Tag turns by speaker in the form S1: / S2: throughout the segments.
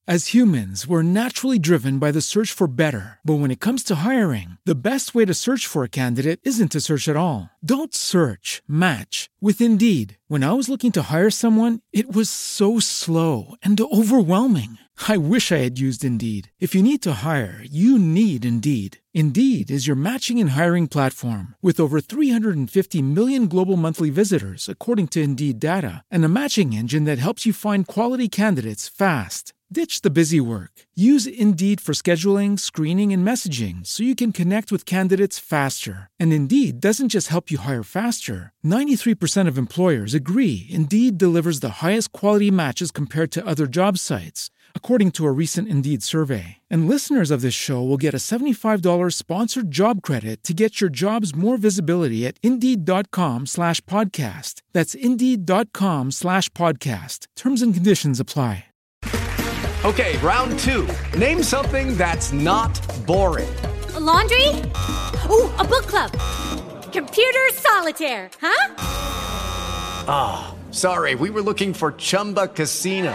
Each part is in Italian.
S1: As humans, we're naturally driven by the search for better. But when it comes to hiring, the best way to search for a candidate isn't to search at all. Don't search, match with Indeed. When I was looking to hire someone, it was so slow and overwhelming. I wish I had used Indeed. If you need to hire, you need Indeed. Indeed is your matching and hiring platform with over 350 million global monthly visitors, according to Indeed data, and a matching engine that helps you find quality candidates fast. Ditch the busy work. Use Indeed for scheduling, screening, and messaging so you can connect with candidates faster. And Indeed doesn't just help you hire faster. 93% of employers agree Indeed delivers the highest quality matches compared to other job sites, according to a recent Indeed survey. And listeners of this show will get a $75 sponsored job credit to get your jobs more visibility at Indeed.com/podcast. That's Indeed.com/podcast. Terms and conditions apply.
S2: Okay, round two. Name something that's not boring.
S3: A laundry? Ooh, a book club. Computer solitaire, huh?
S2: Ah, sorry, we were looking for Chumba Casino.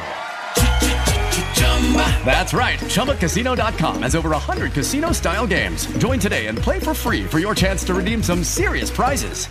S2: That's right, ChumbaCasino.com has over 100 casino-style games. Join today and play for free for your chance to redeem some serious prizes.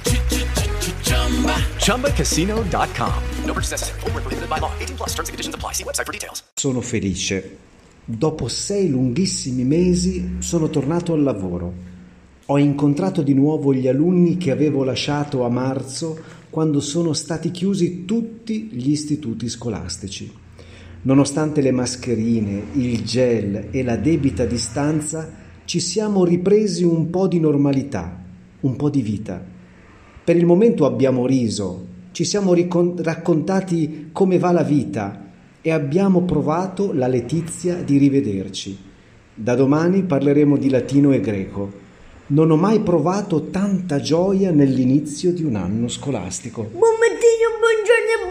S2: ChumbaCasino.com. No purchase necessary. Void where prohibited by law. 18+. Terms and conditions apply. See website for details.
S4: Sono felice. Dopo 6 lunghissimi mesi sono tornato al lavoro. Ho incontrato di nuovo gli alunni che avevo lasciato a marzo, quando sono stati chiusi tutti gli istituti scolastici. Nonostante le mascherine, il gel e la debita distanza, ci siamo ripresi un po' di normalità, un po' di vita. Per il momento abbiamo riso, ci siamo raccontati come va la vita e abbiamo provato la letizia di rivederci. Da domani parleremo di latino e greco. Non ho mai provato tanta gioia nell'inizio di un anno scolastico.
S5: Buon mattino, buongiorno e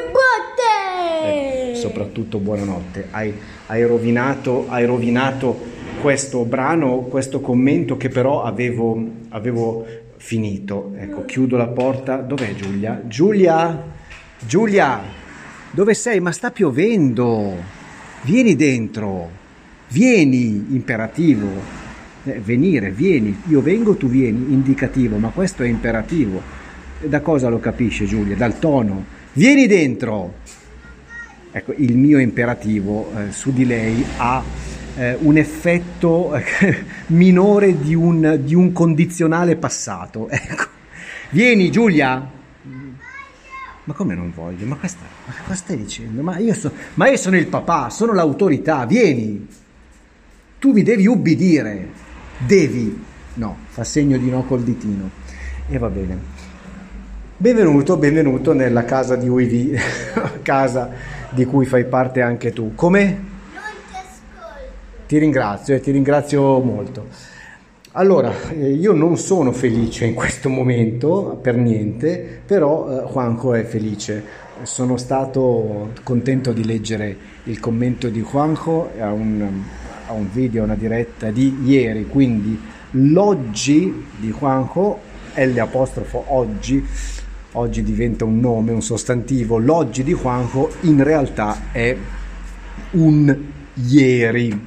S5: buon sabato!
S4: Soprattutto buonanotte. Hai rovinato questo brano, questo commento che però avevo finito. Ecco, chiudo la porta. Dov'è Giulia? Giulia, dove sei? Ma sta piovendo. Vieni dentro. Vieni, imperativo. Venire, vieni. Io vengo, tu vieni, indicativo, ma questo è imperativo. Da cosa lo capisce Giulia? Dal tono. Vieni dentro. Ecco, il mio imperativo su di lei ha un effetto minore di un condizionale passato. Ecco. Vieni Giulia. Ma come non voglio? Ma cosa stai dicendo? Ma io sono il papà, sono l'autorità. Vieni. Tu mi devi ubbidire. Devi. No, fa segno di no col ditino. E va bene. Benvenuto nella casa di UIV, casa di cui fai parte anche tu. Come?
S5: Non ti ascolto.
S4: Ti ringrazio molto. Allora, io non sono felice in questo momento, per niente, però Juanjo è felice. Sono stato contento di leggere il commento di Juanjo a un video, una diretta di ieri, quindi l'oggi di Juanjo, oggi diventa un nome, un sostantivo, l'oggi di Juanjo in realtà è un ieri,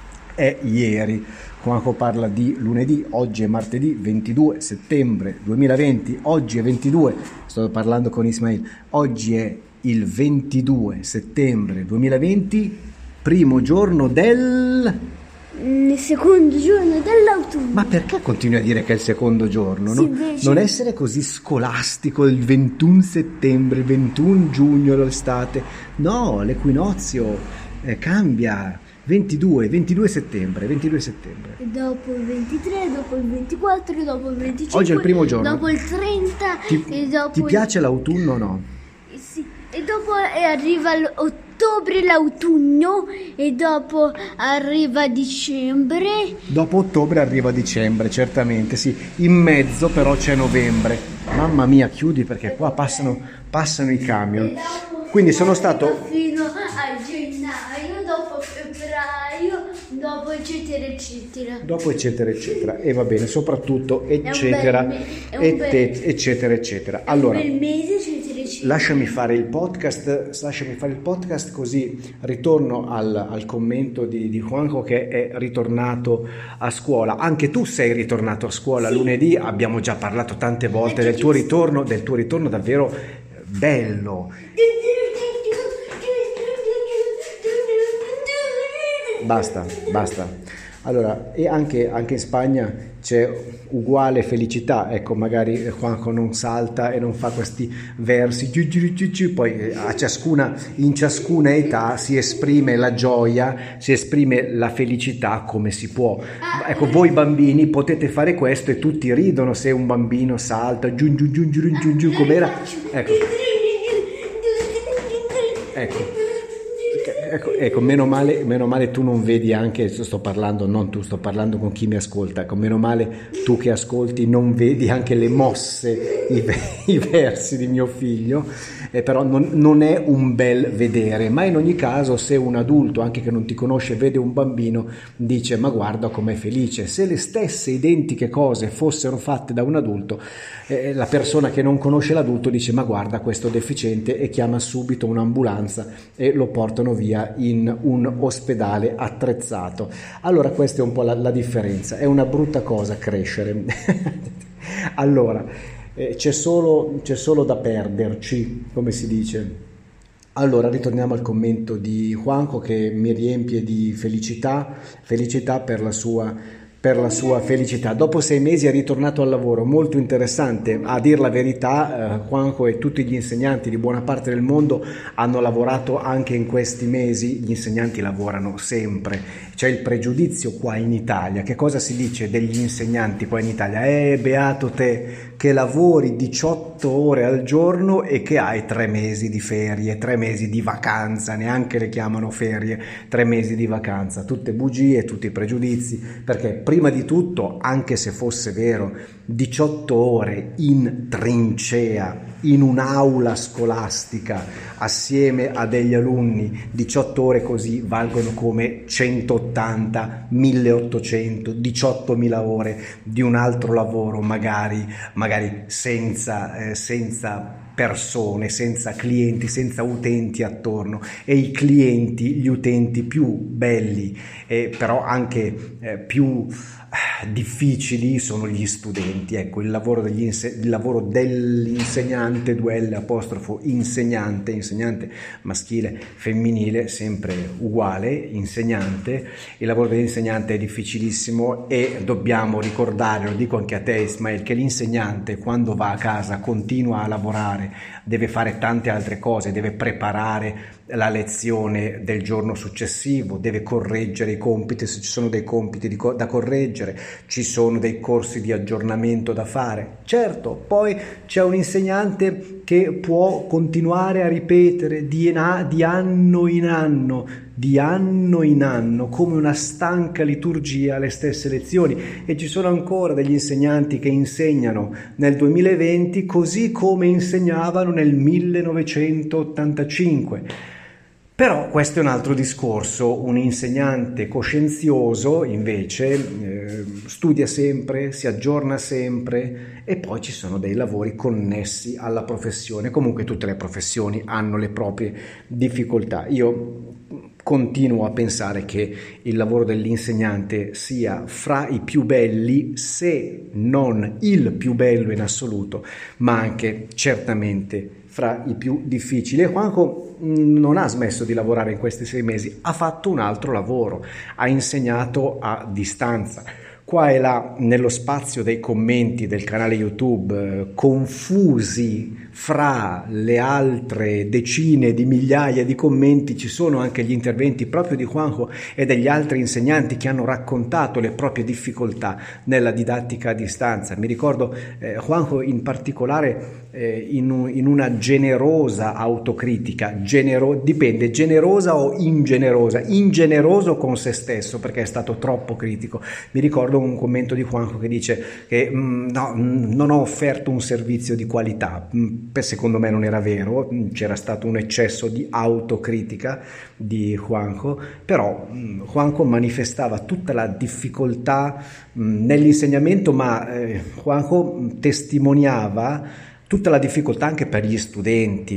S4: Juanjo parla di lunedì, oggi è martedì 22 settembre 2020, oggi è 22, sto parlando con Ismail, oggi è il 22 settembre 2020, primo giorno
S5: Il secondo giorno dell'autunno.
S4: Ma perché continui a dire che è il secondo giorno?
S5: Sì,
S4: non essere così scolastico, il 21 settembre, il 21 giugno, l'estate. No, l'equinozio cambia. 22 settembre.
S5: E dopo il 23, dopo il 24, dopo il 25.
S4: Oggi è il primo giorno.
S5: Dopo il 30.
S4: Ti piace l'autunno o no?
S5: Sì. E dopo arriva ottobre, l'autunno, e dopo arriva dicembre.
S4: Dopo ottobre arriva dicembre, certamente, sì. In mezzo però c'è novembre. Mamma mia, chiudi perché qua passano i camion. Quindi sono stato
S5: fino a gennaio, dopo febbraio, dopo eccetera eccetera.
S4: E va bene, soprattutto eccetera eccetera. Allora,
S5: un bel mese eccetera eccetera.
S4: lasciami fare il podcast così ritorno al commento di Juanjo che è ritornato a scuola. Anche tu sei ritornato a scuola lunedì, abbiamo già parlato tante volte del tuo ritorno davvero bello. Basta. Allora, e anche in Spagna c'è uguale felicità, ecco, magari Juanjo non salta e non fa questi versi, poi in ciascuna età si esprime la gioia, si esprime la felicità come si può. Ecco, voi bambini potete fare questo e tutti ridono se un bambino salta, giù, com'era? Ecco, meno male tu non vedi anche, sto parlando con chi mi ascolta, ecco, meno male tu che ascolti non vedi anche le mosse, i versi di mio figlio, però non è un bel vedere, ma in ogni caso se un adulto, anche che non ti conosce, vede un bambino, dice ma guarda com'è felice. Se le stesse identiche cose fossero fatte da un adulto, la persona che non conosce l'adulto dice ma guarda questo deficiente, e chiama subito un'ambulanza e lo portano via in un ospedale attrezzato. Allora questa è un po' la differenza, è una brutta cosa crescere. Allora c'è solo da perderci, come si dice. Allora ritorniamo al commento di Juanjo che mi riempie di felicità per la sua felicità. Dopo 6 mesi è ritornato al lavoro, molto interessante. A dir la verità, Juanjo e tutti gli insegnanti di buona parte del mondo hanno lavorato anche in questi mesi. Gli insegnanti lavorano sempre. C'è il pregiudizio qua in Italia. Che cosa si dice degli insegnanti qua in Italia? Beato te che lavori 18 ore al giorno e che hai 3 mesi di ferie, 3 mesi di vacanza, neanche le chiamano ferie, 3 mesi di vacanza. Tutte bugie, tutti pregiudizi, perché prima di tutto, anche se fosse vero, 18 ore in trincea, in un'aula scolastica, assieme a degli alunni, 18 ore così valgono come 180, 1800, 18.000 ore di un altro lavoro, magari senza persone, senza clienti, senza utenti attorno, e i clienti, gli utenti più belli però anche più difficili sono gli studenti. Ecco, il lavoro dell'insegnante, 2L apostrofo insegnante maschile, femminile, sempre uguale, insegnante. Il lavoro dell'insegnante è difficilissimo e dobbiamo ricordare, lo dico anche a te Ismael, che l'insegnante quando va a casa continua a lavorare, deve fare tante altre cose, deve preparare la lezione del giorno successivo, deve correggere i compiti se ci sono dei compiti da correggere, ci sono dei corsi di aggiornamento da fare. Certo, poi c'è un insegnante che può continuare a ripetere di anno in anno come una stanca liturgia le stesse lezioni, e ci sono ancora degli insegnanti che insegnano nel 2020 così come insegnavano nel 1985. Però questo è un altro discorso. Un insegnante coscienzioso invece studia sempre, si aggiorna sempre, e poi ci sono dei lavori connessi alla professione. Comunque tutte le professioni hanno le proprie difficoltà. Io continuo a pensare che il lavoro dell'insegnante sia fra i più belli, se non il più bello in assoluto, ma anche certamente fra i più difficili. E Juanjo non ha smesso di lavorare in questi 6 mesi, ha fatto un altro lavoro, ha insegnato a distanza. Qua e là nello spazio dei commenti del canale YouTube, confusi fra le altre decine di migliaia di commenti, ci sono anche gli interventi proprio di Juanjo e degli altri insegnanti che hanno raccontato le proprie difficoltà nella didattica a distanza. Mi ricordo Juanjo in particolare in una generosa autocritica, dipende, generosa o ingenerosa, ingeneroso con se stesso perché è stato troppo critico. Mi ricordo un commento di Juanjo che dice che no, non ho offerto un servizio di qualità. Secondo me non era vero, c'era stato un eccesso di autocritica di Juanjo, però Juanjo manifestava tutta la difficoltà nell'insegnamento, ma Juanjo testimoniava tutta la difficoltà anche per gli studenti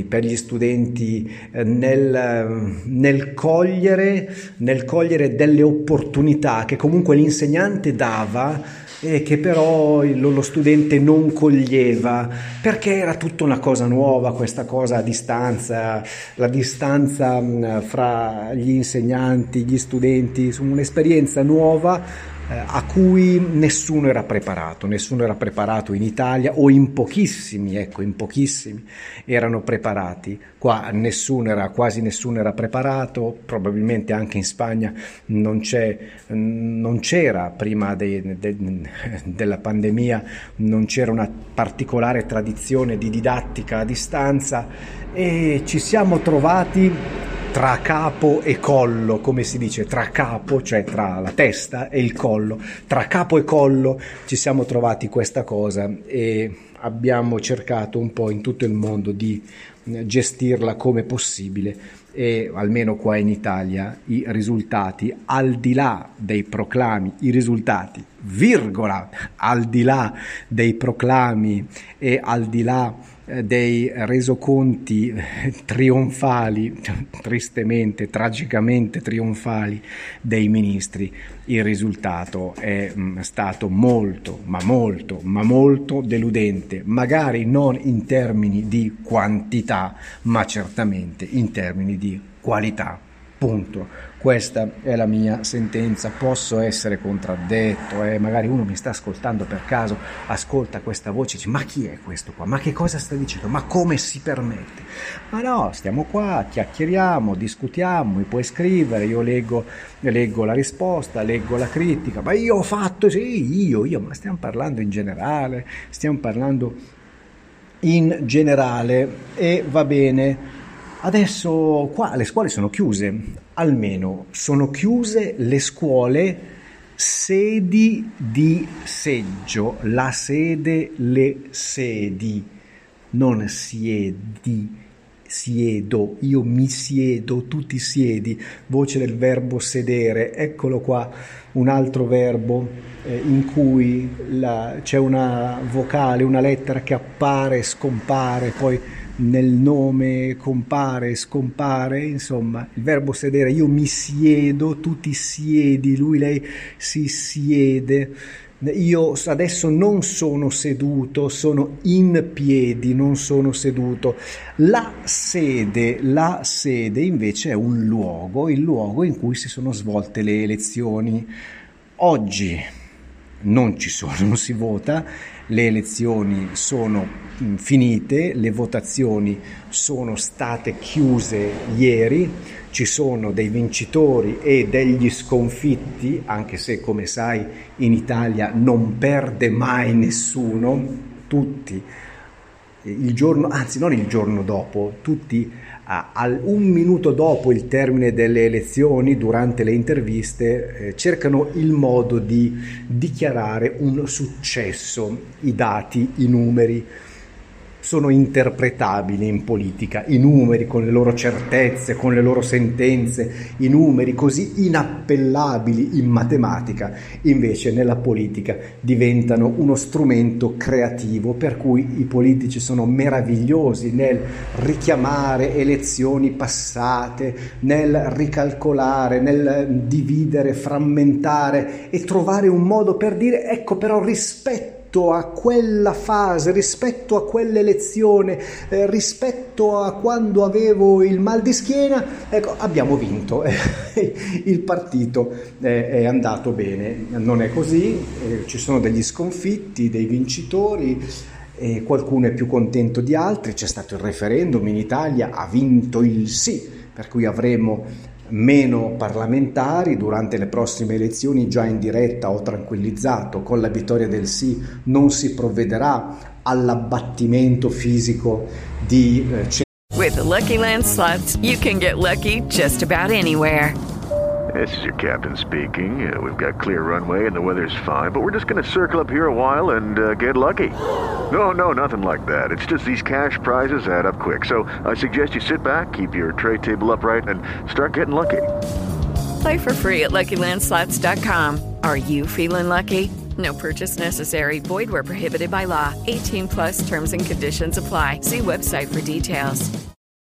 S4: nel cogliere delle opportunità che comunque l'insegnante dava e che però lo studente non coglieva, perché era tutta una cosa nuova, questa cosa a distanza, la distanza fra gli insegnanti, gli studenti, un'esperienza nuova a cui nessuno era preparato in Italia, o in pochissimi erano preparati. Qua quasi nessuno era preparato, probabilmente anche in Spagna non c'era prima della pandemia, non c'era una particolare tradizione di didattica a distanza, e ci siamo trovati tra capo e collo, come si dice, tra capo, cioè tra la testa e il collo, tra capo e collo ci siamo trovati questa cosa, e abbiamo cercato un po' in tutto il mondo di gestirla come possibile, e almeno qua in Italia i risultati, al di là dei proclami, al di là dei proclami e al di là dei resoconti trionfali, tristemente, tragicamente trionfali dei ministri, il risultato è stato molto deludente, magari non in termini di quantità, ma certamente in termini di qualità. Punto. Questa è la mia sentenza. Posso essere contraddetto, magari uno mi sta ascoltando per caso, ascolta questa voce e dice: ma chi è questo qua? Ma che cosa sta dicendo? Ma come si permette? Ma no, stiamo qua, chiacchieriamo, discutiamo, mi puoi scrivere, io leggo la risposta, leggo la critica, ma io ho fatto, sì, io, ma stiamo parlando in generale, e va bene. Adesso qua le scuole sono chiuse, almeno sono chiuse le scuole sedi di seggio, la sede, le sedi, non siedi, siedo, io mi siedo, tu ti siedi, voce del verbo sedere, eccolo qua, un altro verbo in cui c'è una vocale, una lettera che appare, scompare, poi nel nome compare, scompare, insomma, il verbo sedere, io mi siedo, tu ti siedi, lui, lei si siede, io adesso non sono seduto, sono in piedi, non sono seduto. La sede invece è un luogo, il luogo in cui si sono svolte le elezioni. Oggi non si vota, le elezioni sono finite, le votazioni sono state chiuse ieri, ci sono dei vincitori e degli sconfitti, anche se, come sai, in Italia non perde mai nessuno, tutti non il giorno dopo, tutti un minuto dopo il termine delle elezioni, durante le interviste, cercano il modo di dichiarare un successo. I dati, i numeri sono interpretabili in politica, i numeri con le loro certezze, con le loro sentenze, i numeri così inappellabili in matematica, invece nella politica diventano uno strumento creativo, per cui i politici sono meravigliosi nel richiamare elezioni passate, nel ricalcolare, nel dividere, frammentare e trovare un modo per dire: ecco, però rispetto a quella fase, rispetto a quell'elezione, rispetto a quando avevo il mal di schiena, ecco, abbiamo vinto, il partito è andato bene. Non è così, ci sono degli sconfitti, dei vincitori, qualcuno è più contento di altri. C'è stato il referendum in Italia, ha vinto il sì, per cui avremo meno parlamentari durante le prossime elezioni. Già in diretta ho tranquillizzato: con la vittoria del sì non si provvederà all'abbattimento fisico di
S6: With the Lucky Land Slots, you can get lucky just about anywhere.
S7: This is your captain speaking. We've got clear runway and the weather's fine, but we're just going to circle up here a while and get lucky. No, nothing like that. It's just these cash prizes add up quick. So I suggest you sit back, keep your tray table upright, and start getting lucky.
S6: Play for free at LuckyLandSlots.com. Are you feeling lucky? No purchase necessary. Void where prohibited by law. 18+ terms and conditions apply. See website for details.